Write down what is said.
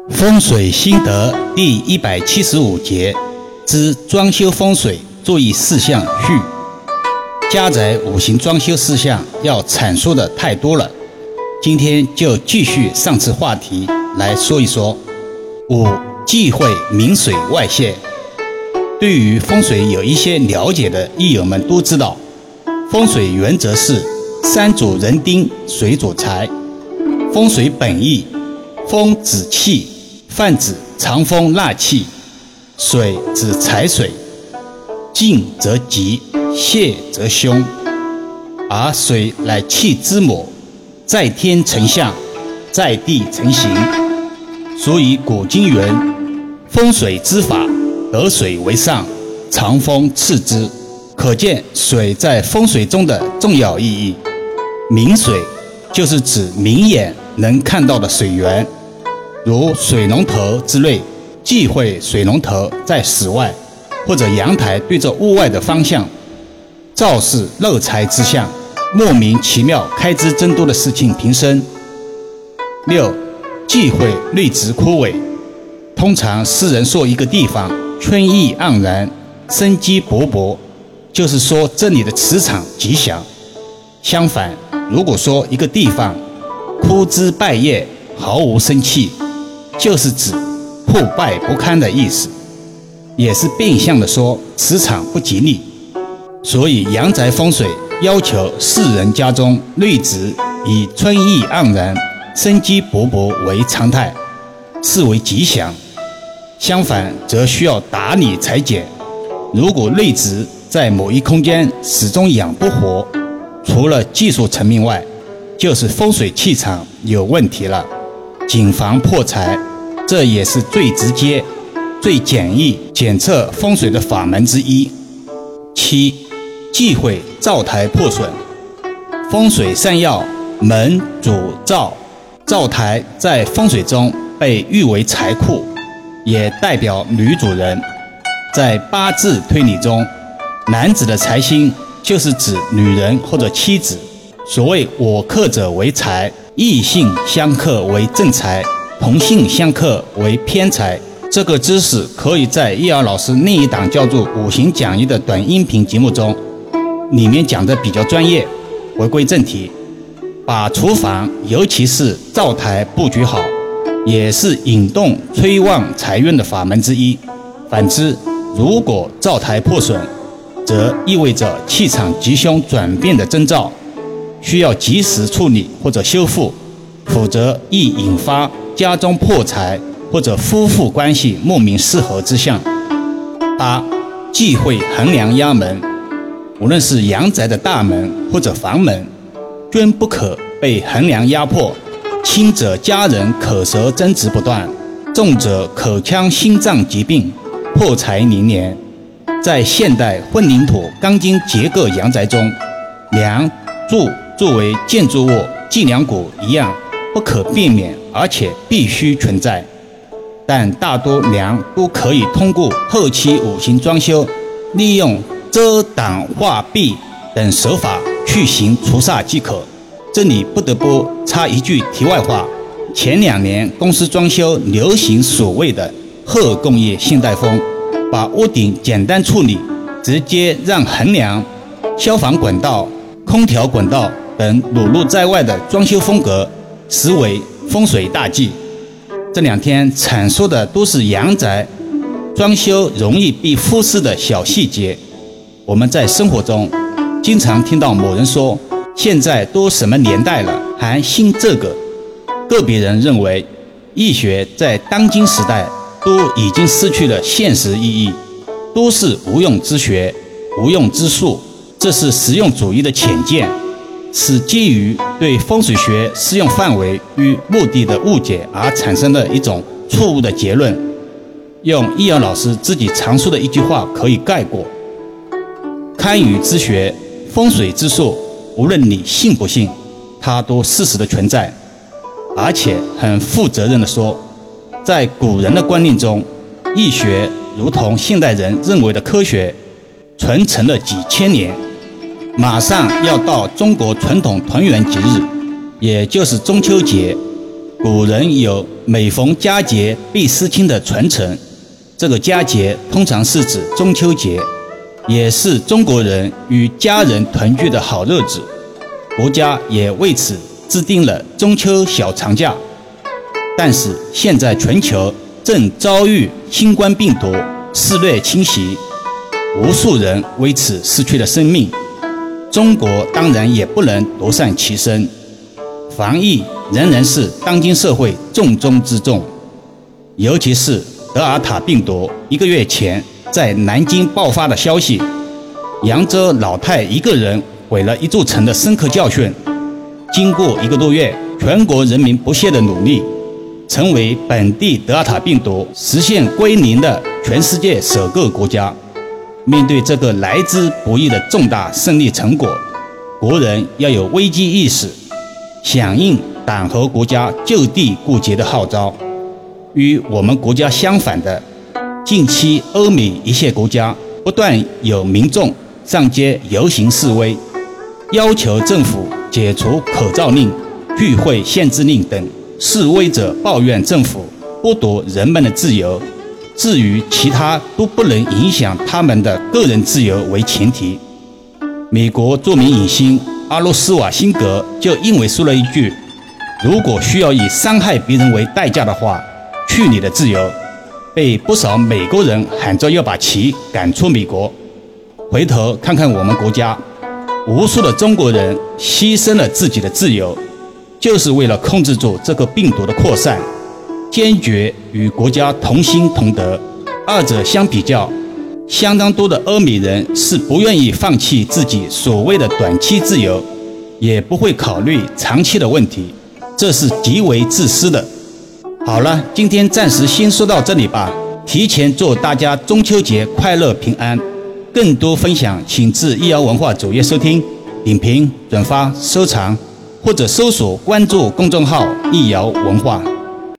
风水心得第175节之装修风水注意事项序。家宅五行装修事项要阐述的太多了，今天就继续上次话题来说一说。5. 忌讳明水外泄。对于风水有一些了解的益友们都知道，风水原则是山主人丁，水主财。风水本意，风指气，泛指藏风纳气，水指财水，静则吉，泄则凶，而水乃气之母，在天成象，在地成形。所以古今云：风水之法，得水为上，藏风次之。可见水在风水中的重要意义。明水就是指明眼能看到的水源，如水龙头之类，忌讳水龙头在室外或者阳台对着屋外的方向，造势漏财之象，莫名其妙开支增多的事情频生。6. 忌讳绿植枯萎。通常世人说一个地方春意盎然，生机勃勃，就是说这里的磁场吉祥。相反，如果说一个地方枯枝败叶，毫无生气，就是指破败不堪的意思，也是变相的说磁场不吉利。所以阳宅风水要求世人家中绿植以春意盎然，生机勃勃为常态，视为吉祥。相反则需要打理裁剪，如果绿植在某一空间始终养不活，除了技术层面外，就是风水气场有问题了，谨防破财。这也是最直接最简易检测风水的法门之一。7. 忌讳灶台破损。风水三要门主灶，灶台在风水中被誉为财库，也代表女主人。在八字推理中，男子的财星就是指女人或者妻子。所谓我克者为财，异性相克为正财，同性相克为偏财。这个知识可以在叶儿老师另一档叫做五行讲义的短音频节目中，里面讲的比较专业。回归正题，把厨房尤其是灶台布局好，也是引动催旺财运的法门之一。反之，如果灶台破损，则意味着气场吉凶转变的征兆，需要及时处理或者修复，否则易引发家中破财或者夫妇关系莫名失和之象。8. 忌讳横梁压门。无论是阳宅的大门或者房门，均不可被横梁压迫，轻者家人口舌争执不断，重者口腔心脏疾病，破财连连。在现代混凝土钢筋结构阳宅中，梁柱作为建筑物脊梁骨一样不可避免，而且必须存在。但大多梁都可以通过后期五行装修，利用遮挡画壁等手法去形除煞即可。这里不得不插一句题外话，前2年公司装修流行所谓的后工业现代风，把屋顶简单处理，直接让横梁、消防管道、空调管道等裸露在外的装修风格，实为风水大忌。这2天阐述的都是阳宅装修容易被忽视的小细节。我们在生活中经常听到某人说，现在都什么年代了，还信这个。个别人认为，易学在当今时代都已经失去了现实意义，都是无用之学，无用之术。这是实用主义的浅见，是基于对风水学适用范围与目的的误解而产生的一种错误的结论。用易儿老师自己常说的一句话可以概括：堪舆之学，风水之术，无论你信不信，它都事实的存在。而且很负责任地说，在古人的观念中，易学如同现代人认为的科学，传承了几千年。马上要到中国传统团圆节日，也就是中秋节，古人有每逢佳节倍思亲的传承。这个佳节通常是指中秋节，也是中国人与家人团聚的好日子。国家也为此制定了中秋小长假。但是现在全球正遭遇新冠病毒肆虐侵袭，无数人为此失去了生命。中国当然也不能独善其身，防疫仍然是当今社会重中之重。尤其是德尔塔病毒1个月前在南京爆发的消息，扬州老太一个人毁了一座城的深刻教训。经过1个多月全国人民不懈的努力，成为本地德尔塔病毒实现归零的全世界首个国家。面对这个来之不易的重大胜利成果，国人要有危机意识，响应党和国家就地过节的号召。与我们国家相反的，近期欧美一些国家不断有民众上街游行示威，要求政府解除口罩令、聚会限制令等。示威者抱怨政府剥夺人们的自由，至于其他都不能影响他们的个人自由为前提。美国著名影星阿诺斯瓦辛格就因为说了一句：如果需要以伤害别人为代价的话，去你的自由，被不少美国人喊着要把其赶出美国。回头看看我们国家，无数的中国人牺牲了自己的自由，就是为了控制住这个病毒的扩散，坚决与国家同心同德。二者相比较，相当多的欧美人是不愿意放弃自己所谓的短期自由，也不会考虑长期的问题，这是极为自私的。好了，今天暂时先说到这里吧。提前祝大家中秋节快乐平安。更多分享请至易瑶文化主页收听、点评、转发、收藏，或者搜索关注公众号易瑶文化。